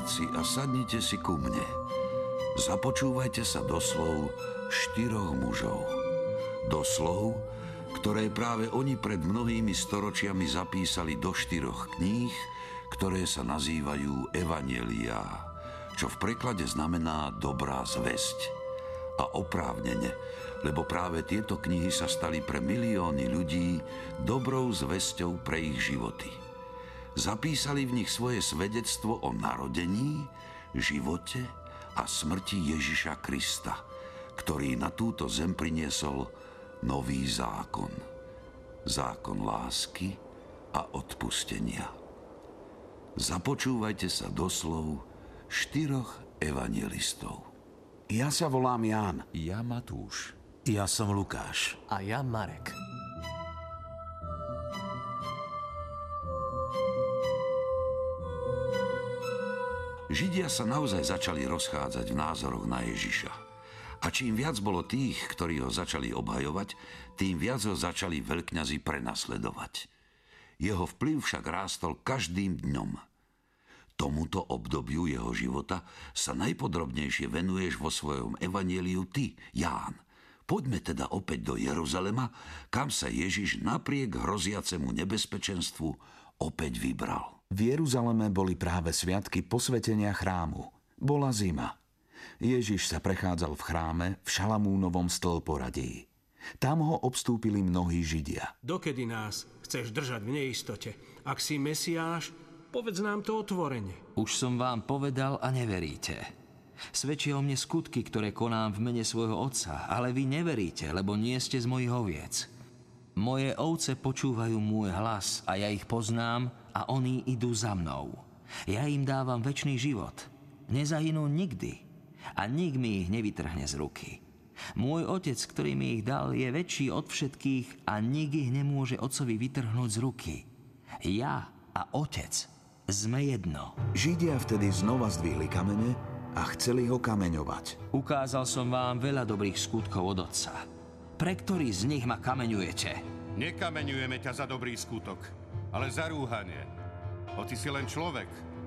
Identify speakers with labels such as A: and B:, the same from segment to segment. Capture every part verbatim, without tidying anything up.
A: diváci, a sadnite si ku mne. Započúvajte sa do slov štyroch mužov. Do slov, ktoré práve oni pred mnohými storočiami zapísali do štyroch kníh, ktoré sa nazývajú Evanjeliá, čo v preklade znamená dobrá zvesť. A oprávnene, lebo práve tieto knihy sa stali pre milióny ľudí dobrou zvesťou pre ich životy. Zapísali v nich svoje svedectvo o narodení, živote a smrti Ježiša Krista, ktorý na túto zem priniesol nový zákon. Zákon lásky a odpustenia. Započúvajte sa do slov štyroch evanjelistov.
B: Ja sa volám Ján.
C: Ja Matúš.
B: Ja som Lukáš.
D: A ja Marek.
A: Židia sa naozaj začali rozchádzať v názoroch na Ježiša. A čím viac bolo tých, ktorí ho začali obhajovať, tým viac ho začali veľkňazi prenasledovať. Jeho vplyv však rástol každým dňom. Tomuto obdobiu jeho života sa najpodrobnejšie venuješ vo svojom evanjeliu ty, Ján. Poďme teda opäť do Jeruzalema, kam sa Ježiš napriek hroziacemu nebezpečenstvu opäť vybral.
B: V Jeruzaleme boli práve sviatky posvetenia chrámu. Bola zima. Ježiš sa prechádzal v chráme v Šalamúnovom stĺporadí. Tam ho obstúpili mnohí Židia.
E: Dokedy nás chceš držať v neistote? Ak si Mesiáš, povedz nám to otvorene.
D: Už som vám povedal a neveríte. Svedčia o mne skutky, ktoré konám v mene svojho Otca, ale vy neveríte, lebo nie ste z mojich oviec. Moje ovce počúvajú môj hlas a ja ich poznám a oni idú za mnou. Ja im dávam večný život. Nezahynú nikdy a nik mi ich nevytrhne z ruky. Môj Otec, ktorý mi ich dal, je väčší od všetkých a nik ich nemôže Otcovi vytrhnúť z ruky. Ja a Otec sme jedno.
B: Židia vtedy znova zdvihli kamene a chceli ho kameňovať.
D: Ukázal som vám veľa dobrých skutkov od Otca. Pre ktorý z nich ma kameňujete?
F: Nekameňujeme ťa za dobrý skutok, ale za rúhanie. O ty si len človek.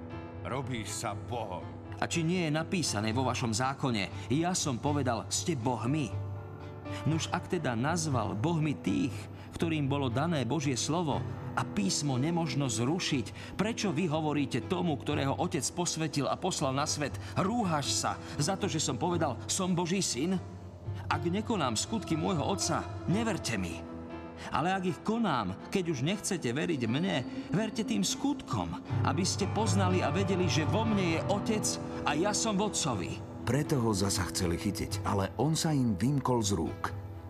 F: Robíš sa Bohom.
D: A či nie je napísané vo vašom zákone, ja som povedal, ste bohmi? Nuž ak teda nazval bohmi tých, ktorým bolo dané Božie slovo a písmo nemožno zrušiť, prečo vy hovoríte tomu, ktorého Otec posvetil a poslal na svet, rúhaš sa za to, že som povedal, som Boží syn? Ak nekonám skutky môjho Otca, neverte mi. Ale ak ich konám, keď už nechcete veriť mne, verte tým skutkom, aby ste poznali a vedeli, že vo mne je Otec a ja som v Otcovi.
B: Preto ho zasa chceli chytiť, ale on sa im vymkol z rúk.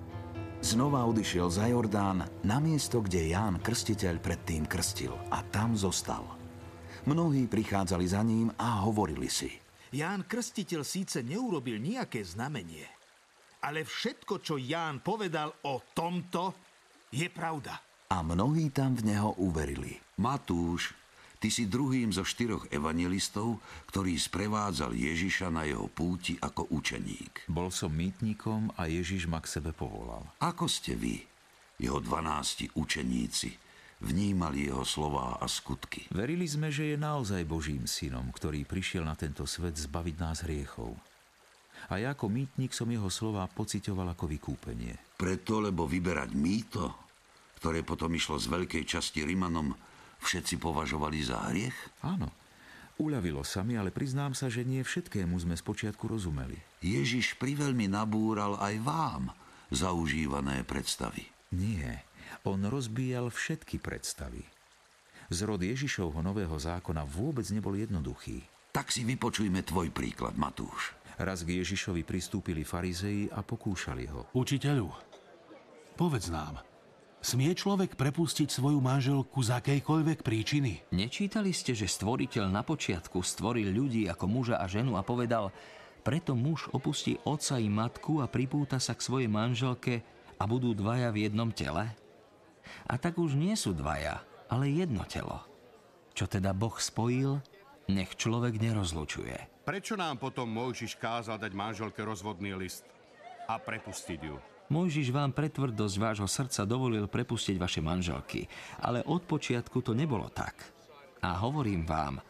B: Znova odišiel za Jordán na miesto, kde Ján Krstiteľ predtým krstil a tam zostal. Mnohí prichádzali za ním a hovorili si:
G: Ján Krstiteľ síce neurobil nejaké znamenie, ale všetko, čo Ján povedal o tomto, je pravda.
B: A mnohí tam v neho uverili.
A: Matúš, ty si druhým zo štyroch evanjelistov, ktorý sprevádzal Ježiša na jeho púti ako učeník.
C: Bol som mýtnikom a Ježiš ma k sebe povolal.
A: Ako ste vy, jeho dvanásti učeníci, vnímali jeho slová a skutky?
C: Verili sme, že je naozaj Božím synom, ktorý prišiel na tento svet zbaviť nás hriechov. A ja ako mýtnik som jeho slová pociťoval ako vykúpenie.
A: Preto, lebo vyberať mýto, ktoré potom išlo z veľkej časti Rimanom, všetci považovali za hriech?
C: Áno. Uľavilo sa mi, ale priznám sa, že nie všetkému sme spočiatku rozumeli.
A: Ježiš priveľmi nabúral aj vám zaužívané predstavy.
C: Nie, on rozbíjal všetky predstavy. Zrod Ježišovho nového zákona vôbec nebol jednoduchý.
A: Tak si vypočujme tvoj príklad, Matúš.
C: Raz k Ježišovi pristúpili farizei a pokúšali ho.
H: Učiteľu, povedz nám, smie človek prepustiť svoju manželku z akejkoľvek príčiny?
D: Nečítali ste, že stvoriteľ na počiatku stvoril ľudí ako muža a ženu a povedal, preto muž opustí otca i matku a pripúta sa k svojej manželke a budú dvaja v jednom tele? A tak už nie sú dvaja, ale jedno telo. Čo teda Boh spojil, nech človek nerozlučuje.
F: Prečo nám potom Mojžiš kázal dať manželke rozvodný list a prepustiť ju?
D: Mojžiš vám pre tvrdosť vášho srdca dovolil prepustiť vaše manželky, ale od počiatku to nebolo tak. A hovorím vám,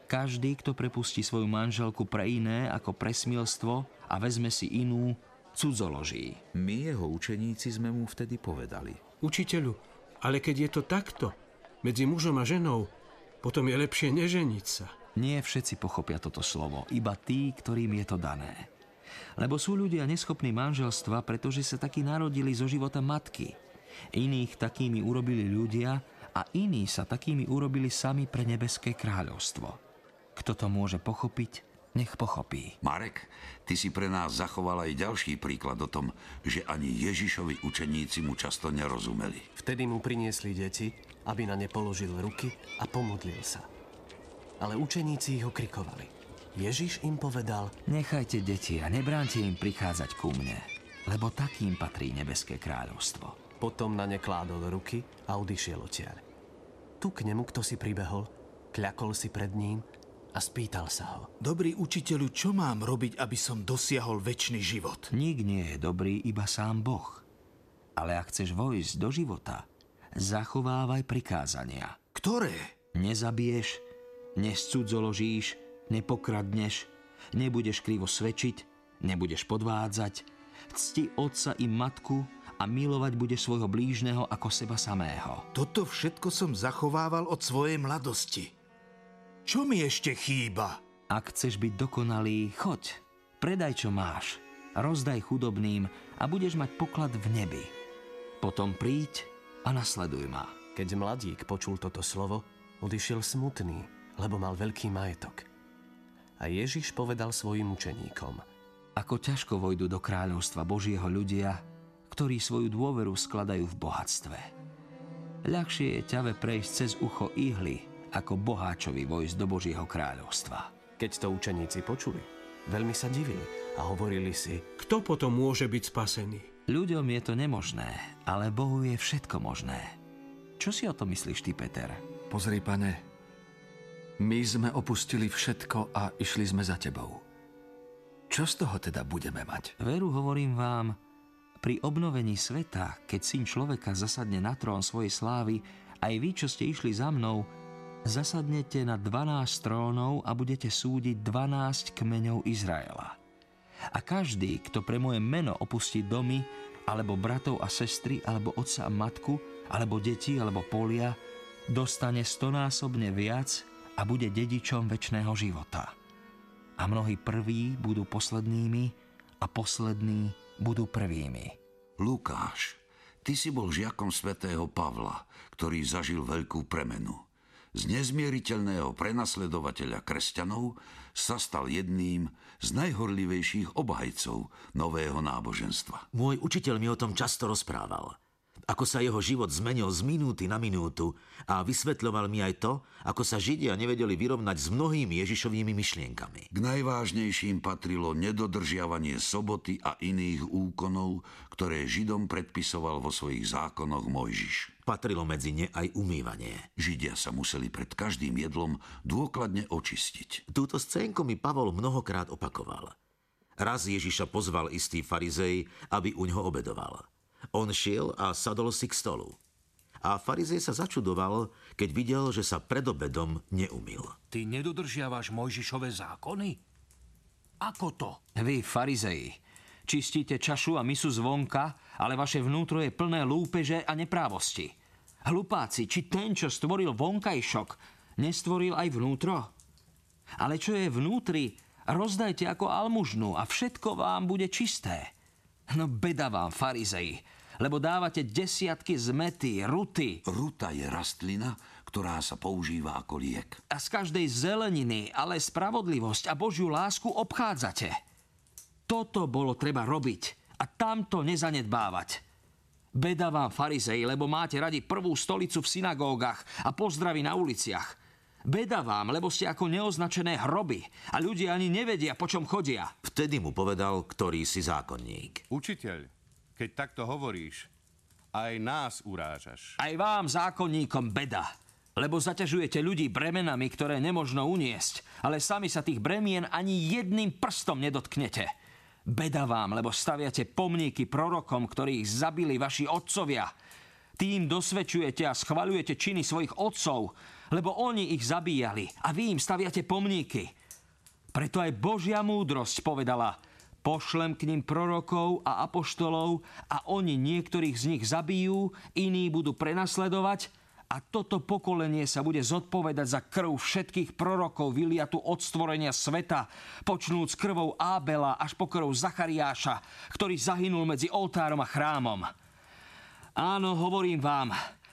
D: Každý, kto prepustí svoju manželku pre iné ako pre smilstvo a vezme si inú, cudzoloží.
C: My, jeho učeníci, sme mu vtedy povedali:
E: Učiteľu, ale keď je to takto, medzi mužom a ženou, potom je lepšie neženiť sa.
D: Nie všetci pochopia toto slovo, iba tí, ktorým je to dané. Lebo sú ľudia neschopní manželstva, pretože sa takí narodili zo života matky. Iných takými urobili ľudia a iní sa takými urobili sami pre nebeské kráľovstvo. Kto to môže pochopiť, nech pochopí.
A: Marek, ty si pre nás zachoval aj ďalší príklad o tom, že ani Ježišovi učeníci mu často nerozumeli.
I: Vtedy mu priniesli deti, aby na ne položil ruky a pomodlil sa. Ale učeníci ho krikovali. Ježiš im povedal:
D: Nechajte deti a nebránte im prichádzať ku mne, lebo takým patrí nebeské kráľovstvo.
I: Potom na ne kládol ruky a odišiel odtiaľ. Tu k nemu kto si pribehol, kľakol si pred ním a spýtal sa ho:
G: Dobrý učiteľu, čo mám robiť, aby som dosiahol večný život?
D: Nik nie je dobrý, iba sám Boh. Ale ak chceš vojsť do života, zachovávaj prikázania.
G: Ktoré?
D: Nezabiješ, nescudzoložíš, nepokradneš, nebudeš krivo svedčiť, nebudeš podvádzať, cti otca i matku a milovať budeš svojho blížneho ako seba samého.
G: Toto všetko som zachovával od svojej mladosti. Čo mi ešte chýba?
D: Ak chceš byť dokonalý, choď, predaj čo máš, rozdaj chudobným a budeš mať poklad v nebi. Potom príď a nasleduj ma.
I: Keď mladík počul toto slovo, odišiel smutný, lebo mal veľký majetok. A Ježiš povedal svojim učeníkom:
D: Ako ťažko vojdu do kráľovstva Božieho ľudia, ktorí svoju dôveru skladajú v bohatstve. Ľahšie je ťave prejsť cez ucho ihly, ako boháčovi vojsť do Božieho kráľovstva.
I: Keď to učeníci počuli, veľmi sa divili a hovorili si:
E: Kto potom môže byť spasený?
D: Ľuďom je to nemožné, ale Bohu je všetko možné. Čo si o to myslíš ty, Peter?
J: Pozri, pane, my sme opustili všetko a išli sme za tebou. Čo z toho teda budeme mať?
D: Veru, hovorím vám, pri obnovení sveta, keď Syn človeka zasadne na trón svojej slávy, aj vy, čo ste išli za mnou, zasadnete na dvanásť trónov a budete súdiť dvanásť kmeňov Izraela. A každý, kto pre moje meno opustí domy, alebo bratov a sestry, alebo otca a matku, alebo deti, alebo polia, dostane stonásobne viac a bude dedičom večného života. A mnohí prví budú poslednými a poslední budú prvými.
A: Lukáš, ty si bol žiakom svätého Pavla, ktorý zažil veľkú premenu. Z nezmieriteľného prenasledovateľa kresťanov sa stal jedným z najhorlivejších obhajcov nového náboženstva.
K: Môj učiteľ mi o tom často rozprával. Ako sa jeho život zmenil z minúty na minútu a vysvetľoval mi aj to, ako sa Židia nevedeli vyrovnať s mnohými Ježišovými myšlienkami.
A: K najvážnejším patrilo nedodržiavanie soboty a iných úkonov, ktoré Židom predpisoval vo svojich zákonoch Mojžiš.
K: Patrilo medzi ne aj umývanie.
A: Židia sa museli pred každým jedlom dôkladne očistiť.
K: Túto scénku mi Pavol mnohokrát opakoval. Raz Ježiša pozval istý farizej, aby u ňoho obedoval. On šiel a sadol si k stolu. A farizej sa začudoval, keď videl, že sa pred obedom neumyl.
H: Ty nedodržiavaš Mojžišove zákony? Ako to?
D: Vy, farizeji, čistíte čašu a misu zvonka, ale vaše vnútro je plné lúpeže a neprávosti. Hlupáci, či ten, čo stvoril vonkajšok, nestvoril aj vnútro? Ale čo je vnútri, rozdajte ako almužnu a všetko vám bude čisté. No beda vám, farizeji, lebo dávate desiatky zmety, ruty.
A: Ruta je rastlina, ktorá sa používa ako liek.
D: A z každej zeleniny, ale spravodlivosť a Božiu lásku obchádzate. Toto bolo treba robiť a tamto nezanedbávať. Beda vám, farizeji, lebo máte radi prvú stolicu v synagógach a pozdravy na uliciach. Beda vám, lebo ste ako neoznačené hroby a ľudia ani nevedia, po čom chodia.
K: Vtedy mu povedal, ktorý si zákonník.
F: Učiteľ, keď takto hovoríš, aj nás urážaš.
D: Aj vám, zákonníkom, beda, lebo zaťažujete ľudí bremenami, ktoré nemožno uniesť, ale sami sa tých bremien ani jedným prstom nedotknete. Beda vám, lebo staviate pomníky prorokom, ktorých zabili vaši otcovia. Tým dosvedčujete a schvaľujete činy svojich otcov, lebo oni ich zabíjali a vy im staviate pomníky. Preto aj Božia múdrosť povedala: pošlem k ním prorokov a apoštolov a oni niektorých z nich zabijú, iní budú prenasledovať a toto pokolenie sa bude zodpovedať za krv všetkých prorokov vyliatu od stvorenia sveta, počnúc krvou Ábela až po krv Zachariáša, ktorý zahynul medzi oltárom a chrámom. Áno, hovorím vám,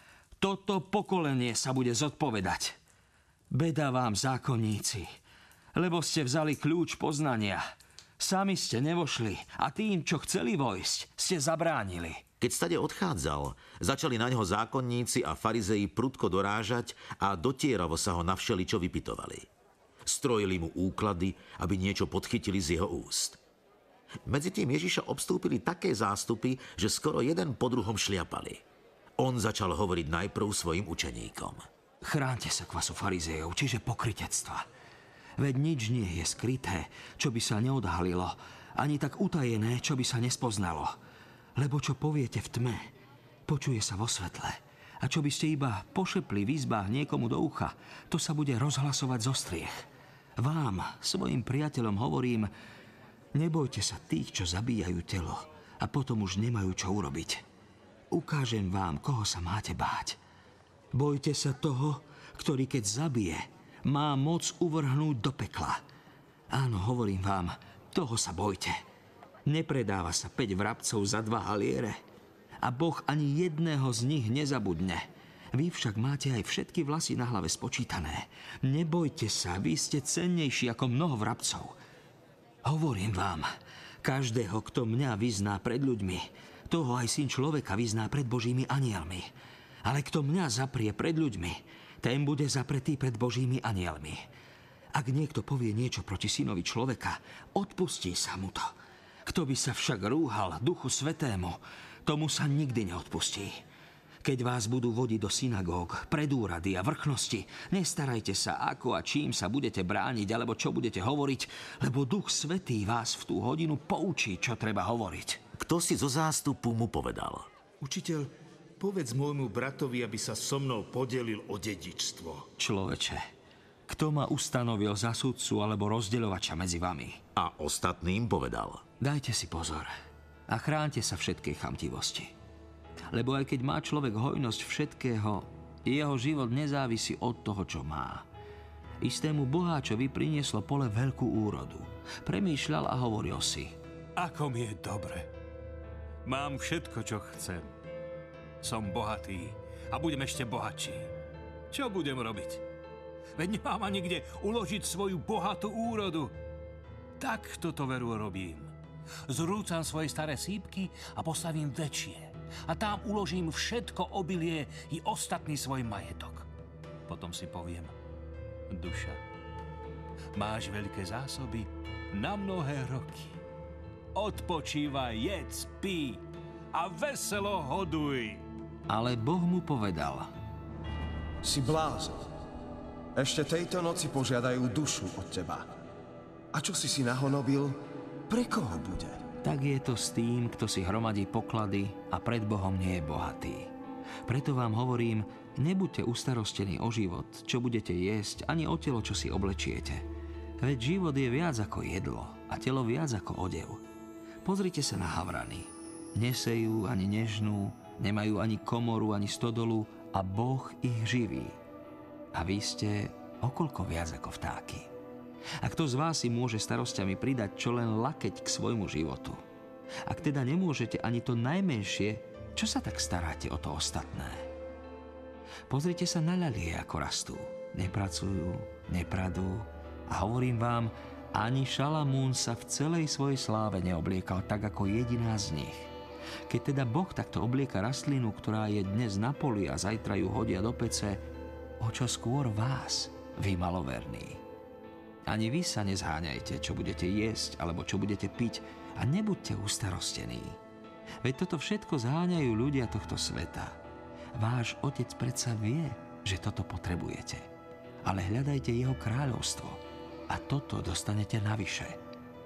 D: toto pokolenie sa bude zodpovedať. Beda vám, zákonníci, lebo ste vzali kľúč poznania. Sami ste nevošli a tým, čo chceli vojsť, ste zabránili.
K: Keď stade odchádzal, začali na ňo zákonníci a farizei prudko dorážať a dotieravo sa ho na všeličo vypytovali. Strojili mu úklady, aby niečo podchytili z jeho úst. Medzitým Ježiša obstúpili také zástupy, že skoro jeden po druhom šliapali. On začal hovoriť najprv svojim učeníkom.
D: Chránte sa kvasu farizejov, čiže pokrytectva. Veď nič nie je skryté, čo by sa neodhalilo, ani tak utajené, čo by sa nespoznalo. Lebo čo poviete v tme, počuje sa vo svetle. A čo by ste iba pošepli v izbách niekomu do ucha, to sa bude rozhlasovať zo striech. Vám, svojim priateľom, hovorím: nebojte sa tých, čo zabíjajú telo a potom už nemajú čo urobiť. Ukážem vám, koho sa máte báť. Bojte sa toho, ktorý keď zabije, má moc uvrhnúť do pekla. Áno, hovorím vám, toho sa bojte. Nepredáva sa päť vrabcov za dva haliere a Boh ani jedného z nich nezabudne. Vy však máte aj všetky vlasy na hlave spočítané. Nebojte sa, vy ste cennejší ako mnoho vrabcov. Hovorím vám, každého, kto mňa vyzná pred ľuďmi, toho aj Syn človeka vyzná pred Božími anielmi. Ale kto mňa zaprie pred ľuďmi, ten bude zapretý pred Božími anielmi. Ak niekto povie niečo proti Synovi človeka, odpustí sa mu to. Kto by sa však rúhal Duchu Svätému, tomu sa nikdy neodpustí. Keď vás budú vodiť do synagóg, pred úrady a vrchnosti, nestarajte sa, ako a čím sa budete brániť, alebo čo budete hovoriť, lebo Duch Svätý vás v tú hodinu poučí, čo treba hovoriť.
K: Kto si zo zástupu mu povedal:
G: Učiteľ, povedz môjmu bratovi, aby sa so mnou podelil o dedičstvo.
D: Človeče, kto ma ustanovil za sudcu alebo rozdeľovača medzi vami?
K: A ostatným povedal:
D: Dajte si pozor a chránte sa všetkej chamtivosti. Lebo aj keď má človek hojnosť všetkého, jeho život nezávisí od toho, čo má. Istému boháčovi prinieslo pole veľkú úrodu. Premýšľal a hovoril si:
L: Ako mi je dobre. Mám všetko, čo chcem. Som bohatý a budem ešte bohatší. Čo budem robiť? Veď nemám ani kde uložiť svoju bohatú úrodu. Tak toto veru robím. Zrúcam svoje staré sípky a postavím väčšie. A tam uložím všetko obilie i ostatný svoj majetok. Potom si poviem: duša, máš veľké zásoby na mnohé roky. Odpočívaj, jedz, pí a veselo hoduj.
D: Ale Boh mu povedal:
M: Si blázon. Ešte tejto noci požiadajú dušu od teba. A čo si si nahonobil, pre koho bude?
D: Tak je to s tým, kto si hromadí poklady a pred Bohom nie je bohatý. Preto vám hovorím, nebuďte ustarostení o život, čo budete jesť, ani o telo, čo si oblečiete. Veď život je viac ako jedlo a telo viac ako odev. Pozrite sa na havrany. Nesejú ani nežnú, nemajú ani komoru, ani stodolu a Boh ich živí. A vy ste okoľko viac ako vtáky. A kto z vás si môže starosťami pridať čo len lakeť k svojmu životu? Ak teda nemôžete ani to najmenšie, čo sa tak staráte o to ostatné? Pozrite sa na ľalie, ako rastú. Nepracujú, nepradú a hovorím vám, ani Šalamún sa v celej svojej sláve neobliekal tak ako jediná z nich. Keď teda Boh takto oblieka rastlinu, ktorá je dnes na poli a zajtra ju hodia do pece, o čo skôr vás, vy maloverní. Ani vy sa nezháňajte, čo budete jesť alebo čo budete piť a nebuďte ustarostení. Veď toto všetko zháňajú ľudia tohto sveta. Váš Otec predsa vie, že toto potrebujete. Ale hľadajte jeho kráľovstvo a toto dostanete navyše.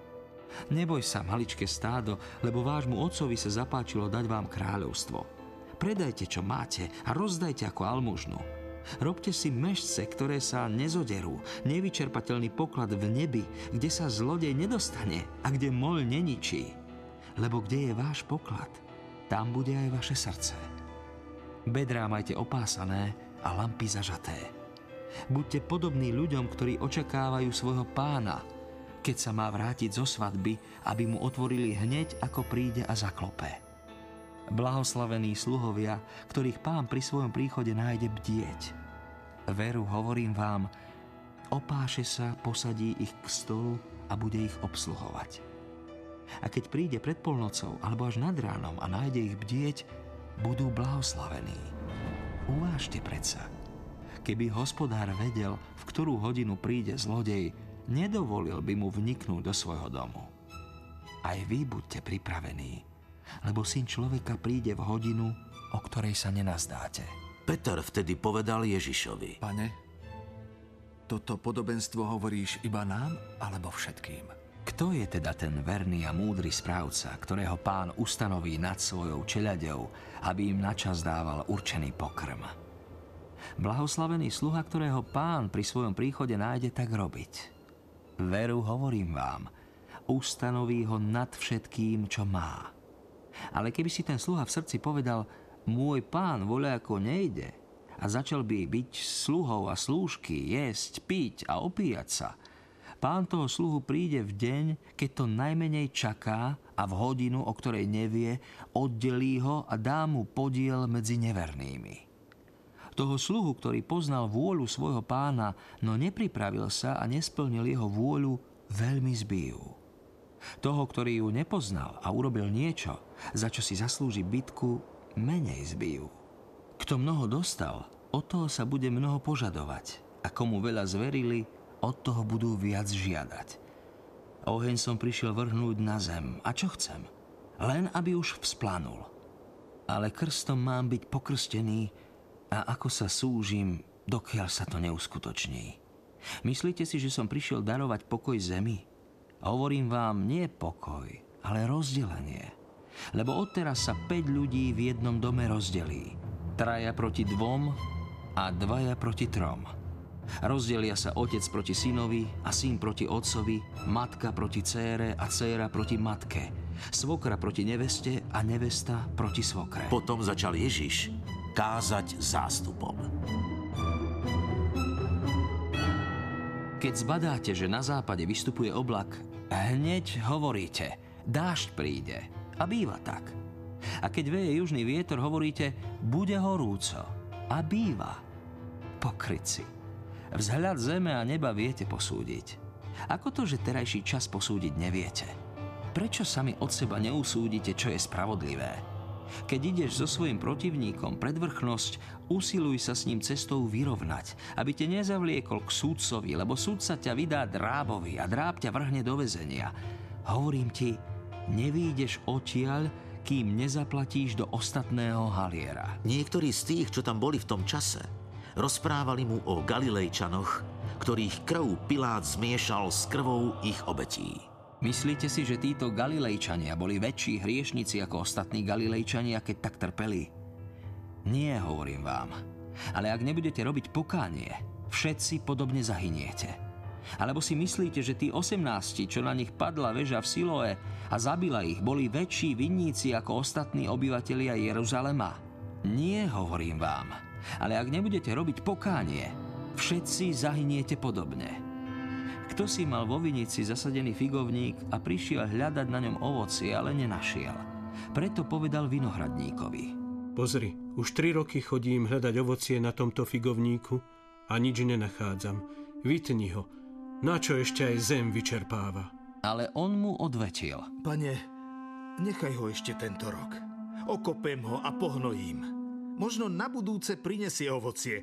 D: Neboj sa, maličké stádo, lebo vášmu otcovi sa zapáčilo dať vám kráľovstvo. Predajte, čo máte a rozdajte ako almužnu. Robte si mešce, ktoré sa nezoderú, nevyčerpateľný poklad v nebi, kde sa zlodej nedostane a kde moľ neničí. Lebo kde je váš poklad, tam bude aj vaše srdce. Bedrá majte opásané a lampy zažaté. Buďte podobní ľuďom, ktorí očakávajú svojho pána, keď sa má vrátiť zo svadby, aby mu otvorili hneď, ako príde a zaklope. Blahoslavení sluhovia, ktorých pán pri svojom príchode nájde bdieť. Veru, hovorím vám, opáše sa, posadí ich k stolu a bude ich obsluhovať. A keď príde pred polnocou alebo až nad ránom a nájde ich bdieť, budú blahoslavení. Uvážte predsa, keby hospodár vedel, v ktorú hodinu príde zlodej, nedovolil by mu vniknúť do svojho domu. Aj vy buďte pripravení, lebo syn človeka príde v hodinu, o ktorej sa nenazdáte.
K: Peter vtedy povedal Ježišovi:
J: Pane, toto podobenstvo hovoríš iba nám, alebo všetkým?
D: Kto je teda ten verný a múdry správca, ktorého pán ustanoví nad svojou čeľaďou, aby im načas dával určený pokrm? Blahoslavený sluha, ktorého pán pri svojom príchode nájde tak robiť. Veru, hovorím vám, ustanoví ho nad všetkým, čo má. Ale keby si ten sluha v srdci povedal: môj pán voľako nejde, a začal by byť sluhou a slúžky, jesť, piť a opíjať sa, pán toho sluhu príde v deň, keď to najmenej čaká, a v hodinu, o ktorej nevie, oddelí ho a dá mu podiel medzi nevernými. Toho sluhu, ktorý poznal vôľu svojho pána, no nepripravil sa a nesplnil jeho vôľu, veľmi zbijú. Toho, ktorý ju nepoznal a urobil niečo, za čo si zaslúži bitku, menej zbijú. Kto mnoho dostal, od toho sa bude mnoho požadovať, a komu veľa zverili, od toho budú viac žiadať. Oheň som prišiel vrhnúť na zem. A čo chcem? Len aby už vzplanul. Ale krstom mám byť pokrstený, a ako sa súžim, dokiaľ sa to neuskutoční. Myslíte si, že som prišiel darovať pokoj zemi? Hovorím vám, nie pokoj, ale rozdelenie. Lebo odteraz sa päť ľudí v jednom dome rozdelí. Traja proti dvom a dvaja proti trom. Rozdelia sa otec proti synovi a syn proti otcovi, matka proti dcére a dcéra proti matke, svokra proti neveste a nevesta proti svokre.
K: Potom začal Ježiš kázať zástupom.
D: Keď zbadáte, že na západe vystupuje oblak, hneď hovoríte: dážď príde. A býva tak. A keď veje južný vietor, hovoríte: bude horúco. A býva. Pokrytci. Vzhľad zeme a neba viete posúdiť. Ako to, že terajší čas posúdiť neviete? Prečo sami od seba neusúdite, čo je spravodlivé? Keď ideš so svojím protivníkom pred vrchnosť, usiluj sa s ním cestou vyrovnať, aby te nezavliekol k súdcovi, lebo súdca ťa vydá drábovi a dráb ťa vrhne do väzenia. Hovorím ti, nevídeš odtiaľ, kým nezaplatíš do ostatného haliera.
K: Niektorí z tých, čo tam boli v tom čase, rozprávali mu o Galilejčanoch, ktorých krv Pilát zmiešal s krvou ich obetí.
D: Myslíte si, že títo Galilejčania boli väčší hriešnici ako ostatní Galilejčania, keď tak trpeli? Nie, hovorím vám. Ale ak nebudete robiť pokánie, všetci podobne zahyniete. Alebo si myslíte, že tí osemnásti, čo na nich padla väža v Siloe a zabila ich, boli väčší vinníci ako ostatní obyvatelia Jeruzalema? Nie, hovorím vám. Ale ak nebudete robiť pokánie, všetci zahyniete podobne. Kto si mal vo vinici zasadený figovník a prišiel hľadať na ňom ovocie, ale nenašiel. Preto povedal vinohradníkovi:
E: Pozri, už tri roky chodím hľadať ovocie na tomto figovníku a nič nenachádzam. Vytni ho. Na čo ešte aj zem vyčerpáva?
D: Ale on mu odvetil:
G: Pane, nechaj ho ešte tento rok. Okopem ho a pohnojím. Možno na budúce prinesie ovocie.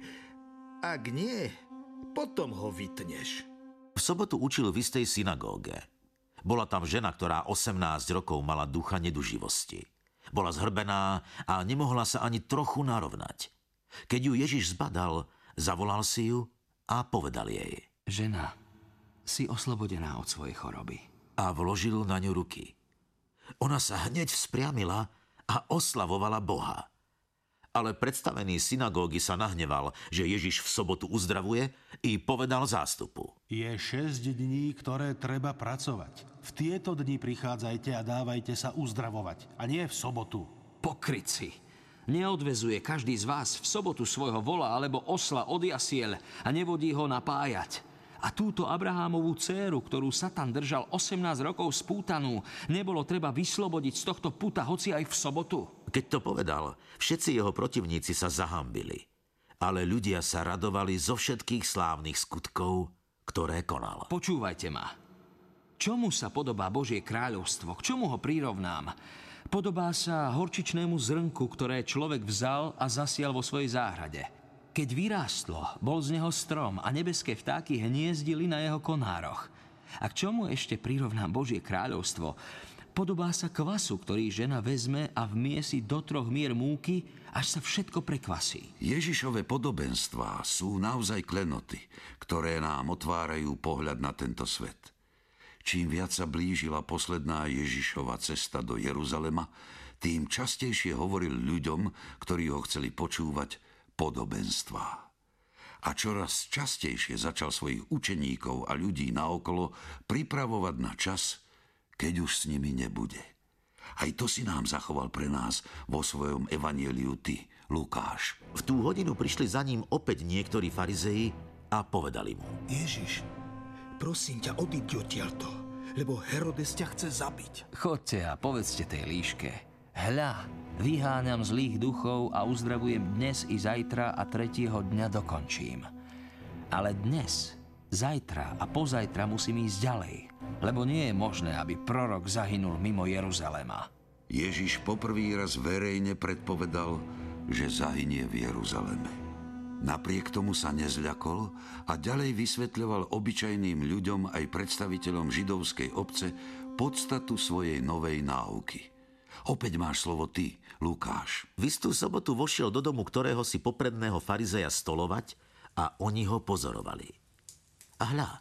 G: Ak nie, potom ho vytneš.
K: V sobotu učil v istej synagóge. Bola tam žena, ktorá osemnásť rokov mala ducha neduživosti. Bola zhrbená a nemohla sa ani trochu narovnať. Keď ju Ježiš zbadal, zavolal si ju a povedal jej:
D: Žena, si oslobodená od svojej choroby.
K: A vložil na ňu ruky. Ona sa hneď vzpriamila a oslavovala Boha. Ale predstavený synagógy sa nahneval, že Ježiš v sobotu uzdravuje, i povedal zástupu.
H: Je šesť dní, ktoré treba pracovať. V tieto dni prichádzajte a dávajte sa uzdravovať, a nie v sobotu.
D: Pokrytci. Neodvezuje každý z vás v sobotu svojho vola alebo osla od jasiel a nevodí ho napájať. A túto Abrahámovú dcéru, ktorú Satan držal osemnásť rokov spútanú, nebolo treba vyslobodiť z tohto puta, hoci aj v sobotu.
K: Keď to povedal, všetci jeho protivníci sa zahambili. Ale ľudia sa radovali zo všetkých slávnych skutkov, ktoré konal.
D: Počúvajte ma. Čomu sa podobá Božie kráľovstvo? K čomu ho prirovnám? Podobá sa horčičnému zrnku, ktoré človek vzal a zasial vo svojej záhrade. Keď vyrástlo, bol z neho strom a nebeské vtáky hniezdili na jeho konároch. A k čomu ešte prirovnám Božie kráľovstvo? Podobá sa kvasu, ktorý žena vezme a vmiesi do troch mier múky, až sa všetko prekvasí.
A: Ježišove podobenstvá sú naozaj klenoty, ktoré nám otvárajú pohľad na tento svet. Čím viac sa blížila posledná Ježišova cesta do Jeruzalema, tým častejšie hovoril ľuďom, ktorí ho chceli počúvať, podobenstvá. A čoraz častejšie začal svojich učeníkov a ľudí naokolo pripravovať na čas, keď už s nimi nebude. Aj to si nám zachoval pre nás vo svojom evanjeliu ty, Lukáš.
K: V tú hodinu prišli za ním opäť niektorí farizeji a povedali mu:
G: Ježiš, prosím ťa, odíď odtiaľto, lebo Herodes ťa chce zabiť.
D: Chodte a povedzte tej líške: Hľa, vyháňam zlých duchov a uzdravujem dnes i zajtra a tretieho dňa dokončím. Ale dnes, zajtra a pozajtra musím ísť ďalej, lebo nie je možné, aby prorok zahynul mimo Jeruzalema.
A: Ježiš poprvý raz verejne predpovedal, že zahynie v Jeruzaleme. Napriek tomu sa nezľakol a ďalej vysvetľoval obyčajným ľuďom aj predstaviteľom židovskej obce podstatu svojej novej náuky. Opäť máš slovo ty, Lukáš.
K: V istú sobotu vošiel do domu ktorého si popredného farizeja stolovať a oni ho pozorovali. A hľa,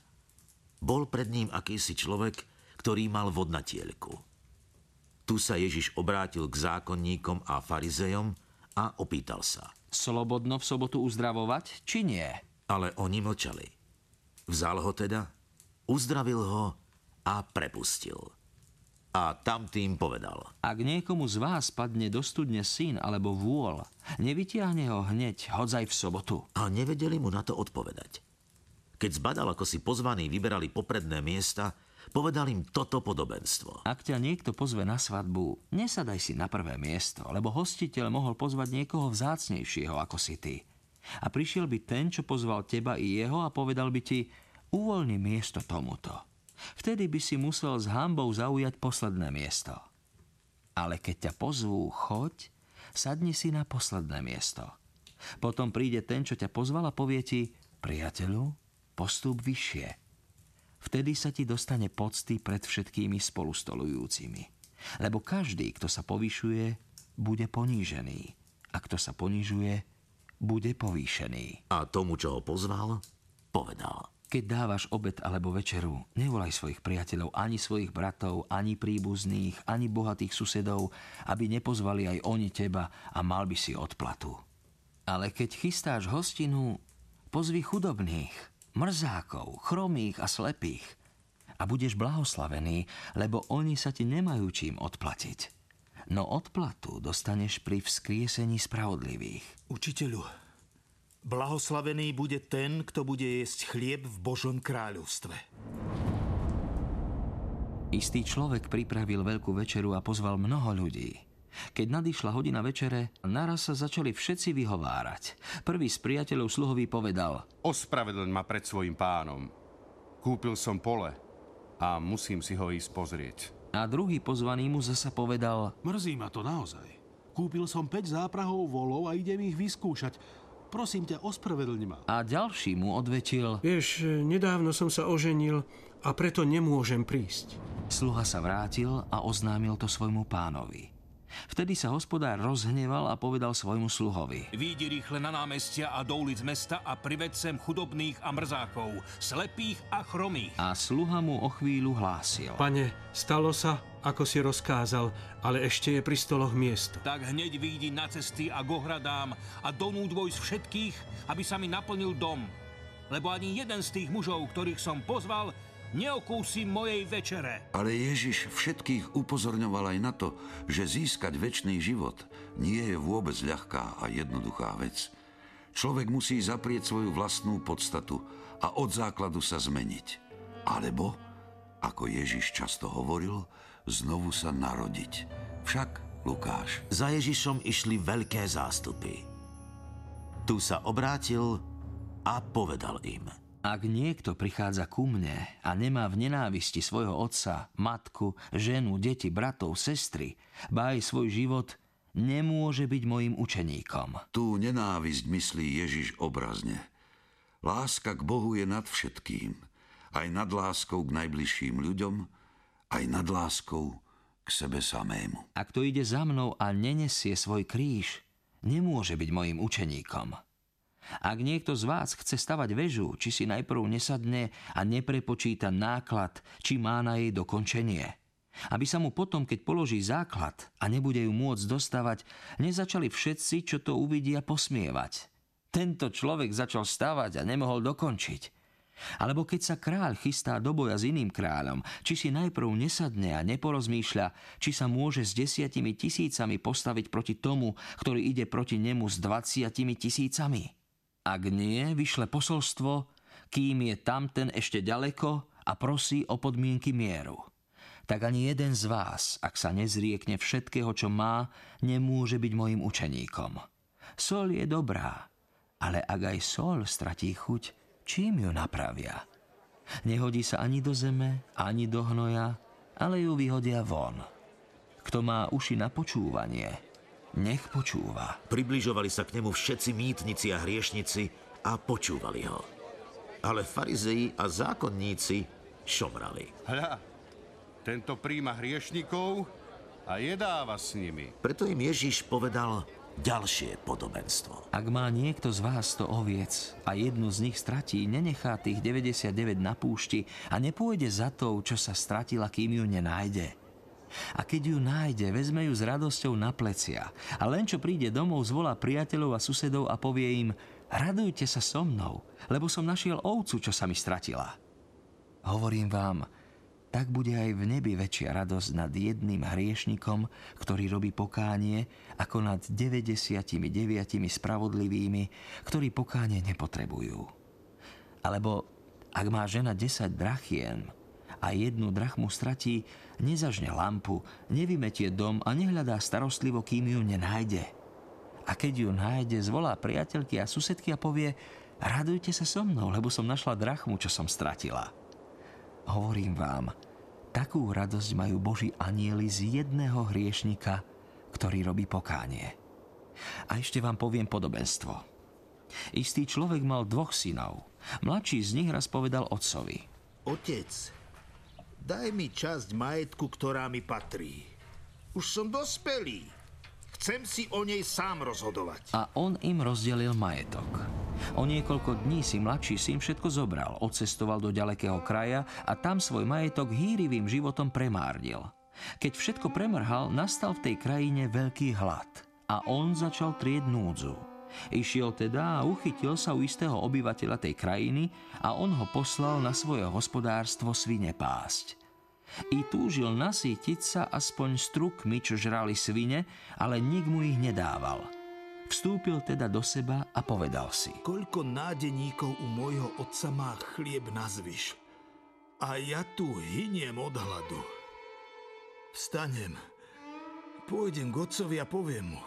K: bol pred ním akýsi človek, ktorý mal vodnatielku. Tu sa Ježiš obrátil k zákonníkom a farizejom a opýtal sa:
D: Slobodno v sobotu uzdravovať, či nie?
K: Ale oni mlčali. Vzal ho teda, uzdravil ho a prepustil. A tam tým povedal:
D: Ak niekomu z vás padne do studne syn alebo vôl, nevytiahne ho hneď, hodzaj v sobotu.
K: A nevedeli mu na to odpovedať. Keď zbadal, ako si pozvaní vyberali popredné miesta, povedal im toto podobenstvo.
D: Ak ťa niekto pozve na svadbu, nesadaj si na prvé miesto, lebo hostiteľ mohol pozvať niekoho vzácnejšieho ako si ty. A prišiel by ten, čo pozval teba i jeho, a povedal by ti: uvoľni miesto tomuto. Vtedy by si musel s hanbou zaujať posledné miesto. Ale keď ťa pozvú, choď, sadni si na posledné miesto. Potom príde ten, čo ťa pozval, a povie ti: priateľu, postúp vyššie. Vtedy sa ti dostane pocty pred všetkými spolustolujúcimi. Lebo každý, kto sa povyšuje, bude ponížený. A kto sa ponižuje, bude povýšený.
K: A tomu, čo ho pozval, povedal:
D: Keď dávaš obed alebo večeru, nevolaj svojich priateľov, ani svojich bratov, ani príbuzných, ani bohatých susedov, aby nepozvali aj oni teba a mal by si odplatu. Ale keď chystáš hostinu, pozvi chudobných, mrzákov, chromých a slepých a budeš blahoslavený, lebo oni sa ti nemajú čím odplatiť. No odplatu dostaneš pri vzkriesení spravodlivých.
G: Učiteľu, blahoslavený bude ten, kto bude jesť chlieb v Božom kráľovstve.
D: Istý človek pripravil veľkú večeru a pozval mnoho ľudí. Keď nadišla hodina večere, naraz sa začali všetci vyhovárať. Prvý z priateľov sluhovi povedal:
F: Ospravedlň ma pred svojím pánom. Kúpil som pole a musím si ho ísť pozrieť.
D: A druhý pozvaný mu zasa povedal:
H: Mrzí ma to naozaj. Kúpil som päť záprahov volov a idem ich vyskúšať. Prosím ťa, ospravedlň ma.
D: A ďalší mu odvetil:
E: Vieš, nedávno som sa oženil a preto nemôžem prísť.
D: Sluha sa vrátil a oznámil to svojmu pánovi. Vtedy sa hospodár rozhneval a povedal svojmu sluhovi:
L: Výjdi rýchle na námestia a do ulic mesta a prived sem chudobných a mrzákov, slepých a chromých.
D: A sluha mu o chvíľu hlásil:
E: Pane, stalo sa, ako si rozkázal, ale ešte je pri stoloch miesto.
L: Tak hneď výjdi na cesty a k ohradám a donúť vojsť všetkých, aby sa mi naplnil dom. Lebo ani jeden z tých mužov, ktorých som pozval, neokúsi mojej večere.
A: Ale Ježiš všetkých upozorňoval aj na to, že získať večný život nie je vôbec ľahká a jednoduchá vec. Človek musí zaprieť svoju vlastnú podstatu a od základu sa zmeniť. Alebo, ako Ježiš často hovoril, znovu sa narodiť. Však, Lukáš.
K: Za Ježišom išli veľké zástupy. Tu sa obrátil a povedal im:
D: Ak niekto prichádza ku mne a nemá v nenávisti svojho otca, matku, ženu, deti, bratov, sestry, ba aj svoj život, nemôže byť mojím učeníkom.
A: Tú nenávisť myslí Ježiš obrazne. Láska k Bohu je nad všetkým. Aj nad láskou k najbližším ľuďom, aj nad láskou k sebe samému.
D: Ak to ide za mnou a nenesie svoj kríž, nemôže byť mojím učeníkom. Ak niekto z vás chce stavať väžu, či si najprv nesadne a neprepočíta náklad, či má na jej dokončenie. Aby sa mu potom, keď položí základ a nebude ju môcť dostavať, nezačali všetci, čo to uvidia, posmievať. Tento človek začal stavať a nemohol dokončiť. Alebo keď sa kráľ chystá do boja s iným kráľom, či si najprv nesadne a neporozmýšľa, či sa môže s desiatimi tisícami postaviť proti tomu, ktorý ide proti nemu s dvaciatimi tisícami. Ak nie, vyšle posolstvo, kým je tamten ešte ďaleko a prosí o podmienky mieru. Tak ani jeden z vás, ak sa nezriekne všetkého, čo má, nemôže byť mojím učeníkom. Soľ je dobrá, ale ak aj soľ stratí chuť, čím ju napravia? Nehodí sa ani do zeme, ani do hnoja, ale ju vyhodia von. Kto má uši na počúvanie, nech počúva.
K: Približovali sa k nemu všetci mýtnici a hriešnici a počúvali ho. Ale farizei a zákonníci šomrali.
F: Hľa, tento príjma hriešnikov a jedáva s nimi.
K: Preto im Ježiš povedal ďalšie podobenstvo.
D: Ak má niekto z vás sto oviec a jednu z nich stratí, nenechá tých deväťdesiatdeväť na púšti a nepôjde za tou, čo sa stratila, kým ju nenájde. A keď ju nájde, vezme ju s radosťou na plecia. A len čo príde domov, zvolá priateľov a susedov a povie im: radujte sa so mnou, lebo som našiel ovcu, čo sa mi stratila. Hovorím vám, tak bude aj v nebi väčšia radosť nad jedným hriešnikom, ktorý robí pokánie, ako nad deväťdesiatdeväť spravodlivými, ktorí pokánie nepotrebujú. Alebo ak má žena desať drachien a jednu drachmu stratí, nezažne lampu, nevymetie dom a nehľadá starostlivo, kým ju nenájde. A keď ju nájde, zvolá priateľky a susedky a povie: radujte sa so mnou, lebo som našla drachmu, čo som stratila. Hovorím vám, takú radosť majú Boží anjeli z jedného hriešnika, ktorý robí pokánie. A ešte vám poviem podobenstvo. Istý človek mal dvoch synov. Mladší z nich raz povedal otcovi:
G: Otec, daj mi časť majetku, ktorá mi patrí. Už som dospelý. Chcem si o nej sám rozhodovať.
D: A on im rozdelil majetok. O niekoľko dní si mladší syn všetko zobral, odcestoval do ďalekého kraja a tam svoj majetok hýrivým životom premárnil. Keď všetko premrhal, nastal v tej krajine veľký hlad a on začal trieť núdzu. Išiel teda a uchytil sa u istého obyvateľa tej krajiny a on ho poslal na svoje hospodárstvo svine pásť. I túžil nasýtiť sa aspoň strukmi, čo žrali svine, ale nik mu ich nedával. Vstúpil teda do seba a povedal si:
G: Koľko nádeníkov u môjho otca má chlieb na zvyš a ja tu hyniem od hladu. Vstanem, pôjdem k otcovi a poviem mu: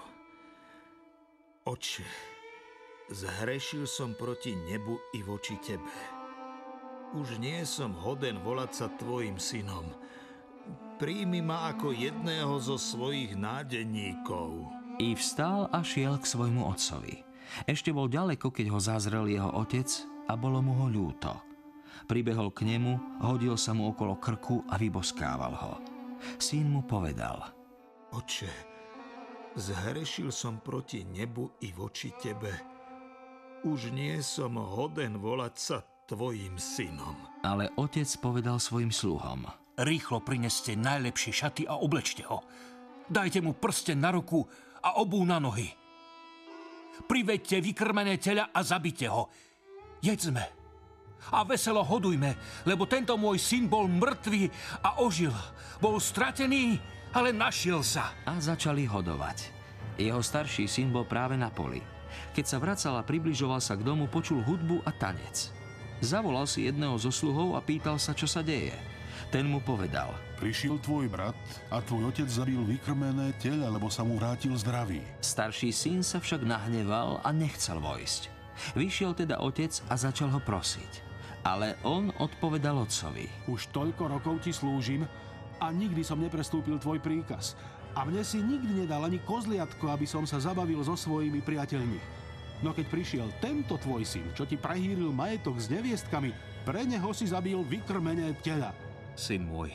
G: Otče, zhrešil som proti nebu i voči tebe. Už nie som hoden volať sa tvojim synom. Príjmi ma ako jedného zo svojich nádeníkov.
D: I vstal a šiel k svojmu otcovi. Ešte bol ďaleko, keď ho zazrel jeho otec a bolo mu ho ľúto. Pribehol k nemu, hodil sa mu okolo krku a vyboskával ho. Syn mu povedal:
G: Otče, Zhrešil som proti nebu i voči tebe. Už nie som hoden volať sa tvojim synom.
D: Ale otec povedal svojim sluhom:
L: Rýchlo prineste najlepšie šaty a oblečte ho. Dajte mu prsten na ruku a obú na nohy. Priveďte vykrmené teľa a zabite ho. Jedzme a veselo hodujme, lebo tento môj syn bol mŕtvý a ožil. Bol stratený, ale našiel sa.
D: A začali hodovať. Jeho starší syn bol práve na poli. Keď sa vracal a približoval sa k domu, počul hudbu a tanec. Zavolal si jedného zo sluhov a pýtal sa, čo sa deje. Ten mu povedal:
H: Prišiel tvoj brat a tvoj otec zabil vykrmené teľa, lebo sa mu vrátil zdravý.
D: Starší syn sa však nahneval a nechcel vojsť. Vyšiel teda otec a začal ho prosiť. Ale on odpovedal otcovi:
H: Už toľko rokov ti slúžim a nikdy som neprestúpil tvoj príkaz. A mne si nikdy nedal ani kozliatko, aby som sa zabavil so svojimi priateľmi. No keď prišiel tento tvoj syn, čo ti prehýril majetok s neviestkami, pre neho si zabil vykrmené teľa.
L: Syn môj,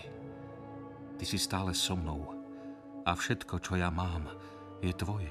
L: ty si stále so mnou a všetko, čo ja mám, je tvoje.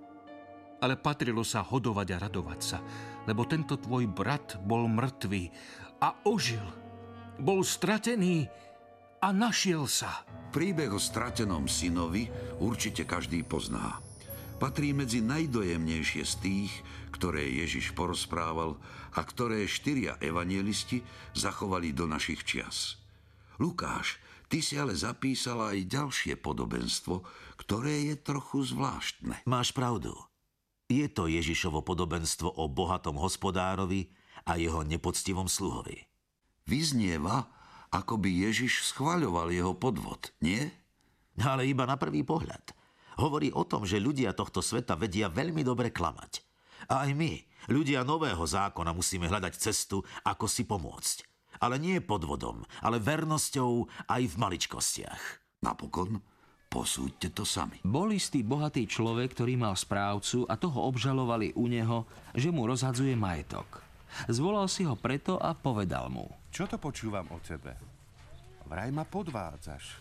L: Ale patrilo sa hodovať a radovať sa, lebo tento tvoj brat bol mŕtvý a ožil. Bol stratený a našiel sa.
A: Príbeh o stratenom synovi určite každý pozná. Patrí medzi najdojemnejšie z tých, ktoré Ježiš porozprával a ktoré štyria evangelisti zachovali do našich čias. Lukáš, ty si ale zapísala aj ďalšie podobenstvo, ktoré je trochu zvláštne.
K: Máš pravdu. Je to Ježišovo podobenstvo o bohatom hospodárovi a jeho nepoctivom sluhovi.
A: Vyznieva, ako by Ježiš schvaľoval jeho podvod, nie?
K: Ale iba na prvý pohľad. Hovorí o tom, že ľudia tohto sveta vedia veľmi dobre klamať. A aj my, ľudia nového zákona, musíme hľadať cestu, ako si pomôcť. Ale nie podvodom, ale vernosťou aj v maličkostiach.
A: Napokon, posúďte to sami.
D: Bol istý bohatý človek, ktorý mal správcu a toho obžalovali u neho, že mu rozhadzuje majetok. Zvolal si ho preto a povedal mu:
F: Čo to počúvam o tebe? Vraj ma podvádzaš.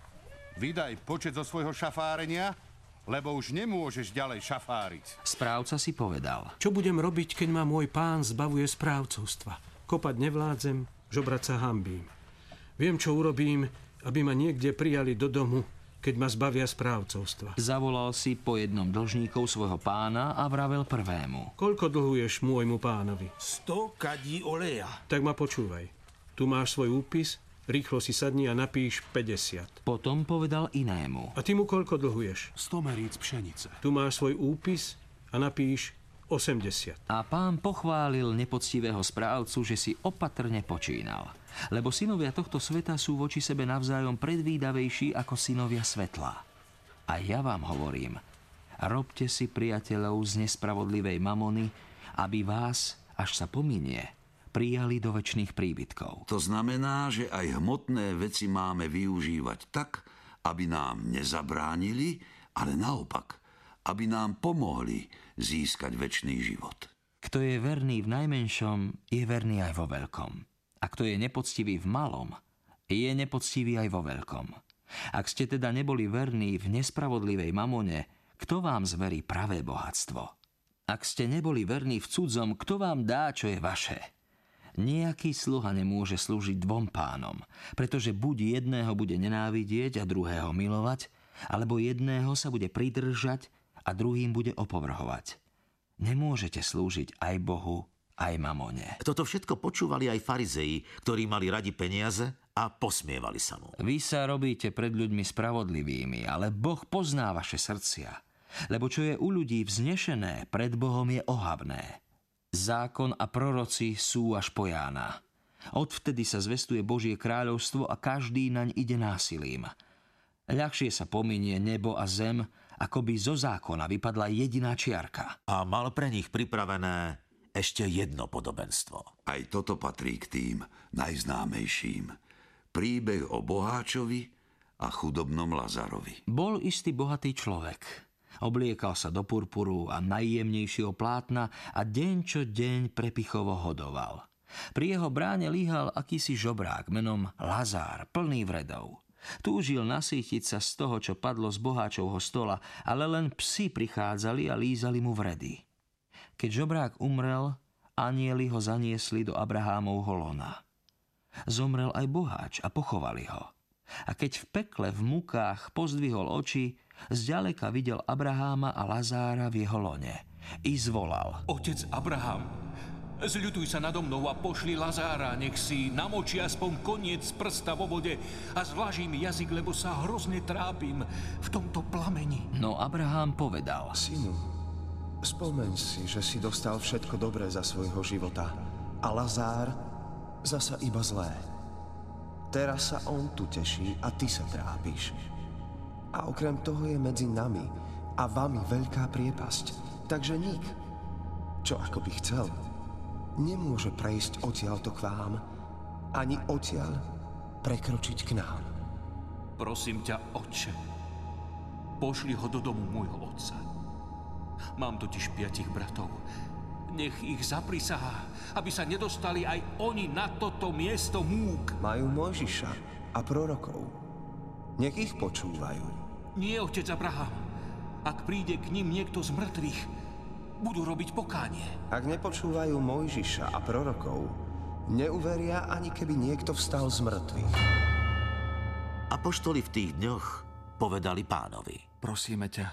F: Vydaj počet zo svojho šafárenia, lebo už nemôžeš ďalej šafáriť.
D: Správca si povedal:
E: Čo budem robiť, keď ma môj pán zbavuje správcovstva? Kopať nevládzem, žobrať sa hanbím. Viem, čo urobím, aby ma niekde prijali do domu, keď ma zbavia správcovstva.
D: Zavolal si po jednom dlžníkov svojho pána a vravel prvému:
E: Koľko dlhuješ môjmu pánovi?
G: Sto kadí oleja.
E: Tak ma počúvaj. Tu máš svoj úpis, rýchlo si sadni a napíš päťdesiat.
D: Potom povedal inému:
E: A ty mu koľko dlhuješ?
H: sto meríc pšenice.
E: Tu máš svoj úpis a napíš osemdesiat.
D: A pán pochválil nepoctivého správcu, že si opatrne počínal. Lebo synovia tohto sveta sú voči sebe navzájom predvídavejší ako synovia svetla. A ja vám hovorím, robte si priateľov z nespravodlivej mamony, aby vás, až sa pominie, prijali do večných príbytkov.
A: To znamená, že aj hmotné veci máme využívať tak, aby nám nezabránili, ale naopak, aby nám pomohli získať večný život.
D: Kto je verný v najmenšom, je verný aj vo veľkom. A kto je nepoctivý v malom, je nepoctivý aj vo veľkom. Ak ste teda neboli verní v nespravodlivej mamone, kto vám zverí pravé bohatstvo? Ak ste neboli verní v cudzom, kto vám dá, čo je vaše? Nejaký sluha nemôže slúžiť dvom pánom, pretože buď jedného bude nenávidieť a druhého milovať, alebo jedného sa bude pridržať a druhým bude opovrhovať. Nemôžete slúžiť aj Bohu, aj mamone.
K: Toto všetko počúvali aj farizeji, ktorí mali radi peniaze a posmievali sa mu.
D: Vy sa robíte pred ľuďmi spravodlivými, ale Boh pozná vaše srdcia. Lebo čo je u ľudí vznešené, pred Bohom je ohavné. Zákon a proroci sú až po Jána. Odvtedy sa zvestuje Božie kráľovstvo a každý naň ide násilím. Ľahšie sa pominie nebo a zem, ako by zo zákona vypadla jediná čiarka.
K: A mal pre nich pripravené ešte jedno podobenstvo.
A: Aj toto patrí k tým najznámejším. Príbeh o boháčovi a chudobnom Lazarovi.
D: Bol istý bohatý človek. Obliekal sa do purpuru a najjemnejšieho plátna a deň čo deň prepichovo hodoval. Pri jeho bráne líhal akýsi žobrák menom Lazár, plný vredov. Túžil nasýtiť sa z toho, čo padlo z boháčovho stola, ale len psi prichádzali a lízali mu vredy. Keď žobrák umrel, anjeli ho zaniesli do Abrahámovho lona. Zomrel aj boháč a pochovali ho. A keď v pekle v mukách pozdvihol oči, zďaleka videl Abraháma a Lazára v jeho lone. I zvolal:
L: Otec Abraham, zľutuj sa nado mnou a pošli Lazára, nech si namočí aspoň koniec prsta vo vode a zvlaží mi jazyk, lebo sa hrozne trápim v tomto plameni.
D: No Abraham povedal:
M: Synu, spomeň si, že si dostal všetko dobré za svojho života a Lazár zasa iba zlé. Teraz sa on tu teší a ty sa trápiš. A okrem toho je medzi nami a vami veľká priepasť. Takže nik, čo ako by chcel, nemôže prejsť odtiaľto k vám, ani odtiaľ prekročiť k nám.
L: Prosím ťa, otče, pošli ho do domu môjho otca. Mám totiž piatich bratov. Nech ich zaprisahá, aby sa nedostali aj oni na toto miesto múk.
M: Majú Mojžiša a prorokov. Nech ich počúvajú.
L: Nie, otec Abraham. Ak príde k ním niekto z mŕtvych, budú robiť pokánie.
M: Ak nepočúvajú Mojžiša a prorokov, neuveria, ani keby niekto vstal z mŕtvych.
K: Apoštoli v tých dňoch povedali Pánovi:
J: Prosíme ťa,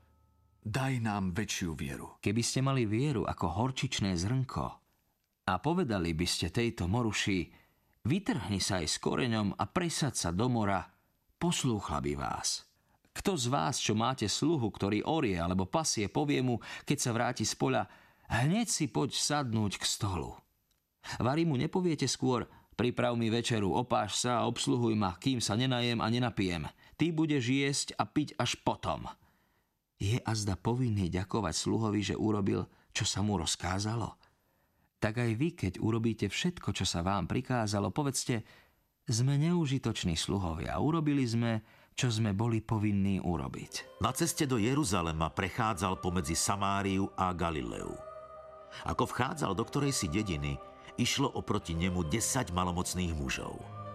J: daj nám väčšiu vieru.
D: Keby ste mali vieru ako horčičné zrnko a povedali by ste tejto moruši: vytrhni sa aj s koreňom a presaď sa do mora, poslúchla by vás. Kto z vás, čo máte sluhu, ktorý orie alebo pasie, povie mu, keď sa vráti z poľa: hneď si poď sadnúť k stolu. Vari mu nepoviete skôr: priprav mi večeru, opáš sa a obsluhuj ma, kým sa nenajem a nenapijem. Ty budeš jesť a piť až potom. Je azda povinný ďakovať sluhovi, že urobil, čo sa mu rozkázalo? Tak aj vy, keď urobíte všetko, čo sa vám prikázalo, povedzte: sme neužitoční sluhovia, urobili sme, čo sme boli povinní urobiť.
K: Na ceste do Jeruzalema prechádzal pomedzi Samáriu a Galileu. Ako vchádzal do ktorej si dediny, išlo oproti nemu desať malomocných mužov.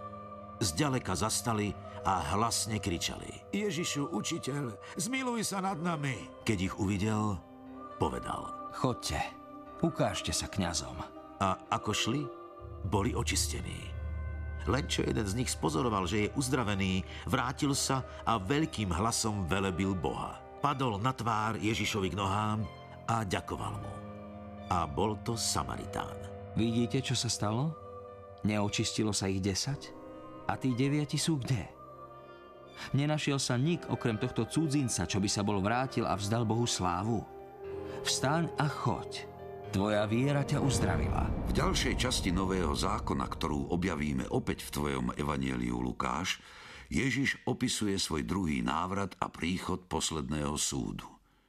K: Zďaleka zastali a hlasne kričali:
B: Ježišu, učiteľ, zmiluj sa nad nami.
K: Keď ich uvidel, povedal:
D: Chodte, ukážte sa kňazom.
K: A ako šli, boli očistení. Len čo jeden z nich spozoroval, že je uzdravený, vrátil sa a veľkým hlasom velebil Boha. Padol na tvár Ježišovi k nohám a ďakoval mu. A bol to Samaritán.
D: Vidíte, čo sa stalo? Neočistilo sa ich desať? A tí deviati sú kde? Nenašiel sa nik okrem tohto cudzinca, čo by sa bol vrátil a vzdal Bohu slávu. Vstaň a choď. Tvoja viera ťa uzdravila.
A: V ďalšej časti Nového zákona, ktorú objavíme opäť v tvojom evanjeliu Lukáš, Ježiš opisuje svoj druhý návrat a príchod posledného súdu.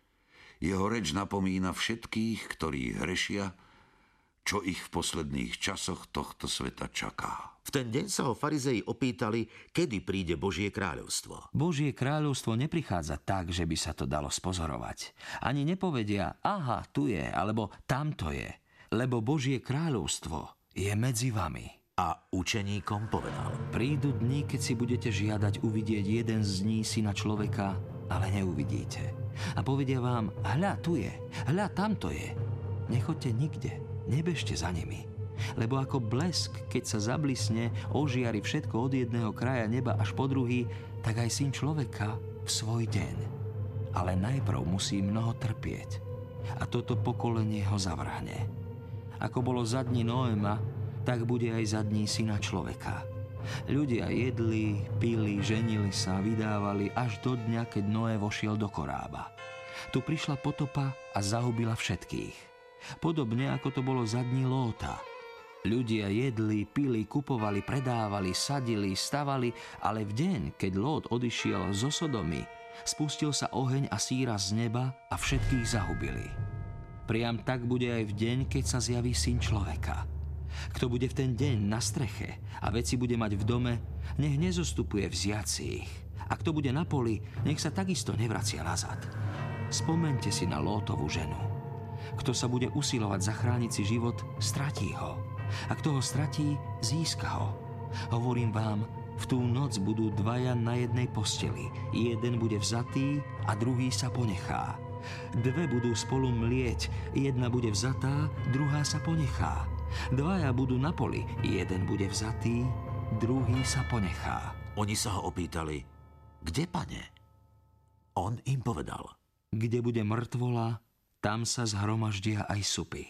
A: Jeho reč napomína všetkých, ktorí hrešia, čo ich v posledných časoch tohto sveta čaká.
K: V ten deň sa ho farizei opýtali, kedy príde Božie kráľovstvo.
D: Božie kráľovstvo neprichádza tak, že by sa to dalo spozorovať. Ani nepovedia: aha, tu je, alebo tamto je. Lebo Božie kráľovstvo je medzi vami.
K: A učeníkom povedal:
D: prídu dni, keď si budete žiadať uvidieť jeden z dní Syna človeka, ale neuvidíte. A povedia vám: hľa, tu je, hľa, tamto je. Nechoďte nikde, nebežte za nimi. Lebo ako blesk, keď sa zablisne, ožiari všetko od jedného kraja neba až po druhý, tak aj Syn človeka v svoj deň. Ale najprv musí mnoho trpieť. A toto pokolenie ho zavrhne. Ako bolo za dní Noéma, tak bude aj za dní Syna človeka. Ľudia jedli, pili, ženili sa, vydávali až do dňa, keď Noé vošiel do korába. Tu prišla potopa a zahubila všetkých. Podobne ako to bolo za dní Lóta. Ľudia jedli, pili, kupovali, predávali, sadili, stavali, ale v deň, keď Lót odišiel zo Sodomy, spustil sa oheň a síra z neba a všetkých zahubili. Priam tak bude aj v deň, keď sa zjaví Syn človeka. Kto bude v ten deň na streche a veci bude mať v dome, nech nezostupuje vziacich. A kto bude na poli, nech sa takisto nevracia nazad. Spomeňte si na Lótovú ženu. Kto sa bude usilovať zachrániť si život, stratí ho. A kto ho stratí, získa ho. Hovorím vám, V tú noc budú dvaja na jednej posteli. Jeden bude vzatý a druhý sa ponechá. Dve budú spolu mlieť, jedna bude vzatá, druhá sa ponechá. Dvaja budú na poli, jeden bude vzatý, druhý sa ponechá.
K: Oni sa ho opýtali, kde, pane? On im povedal,
D: kde bude mŕtvola, tam sa zhromaždia aj supy.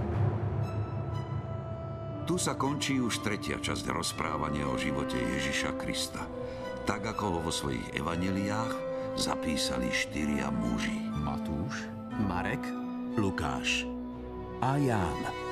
A: Tu sa končí už tretia časť rozprávania o živote Ježiša Krista. Tak ako ho vo svojich evanjeliách zapísali štyria muži.
C: Matúš,
I: Marek,
B: Lukáš a Ján.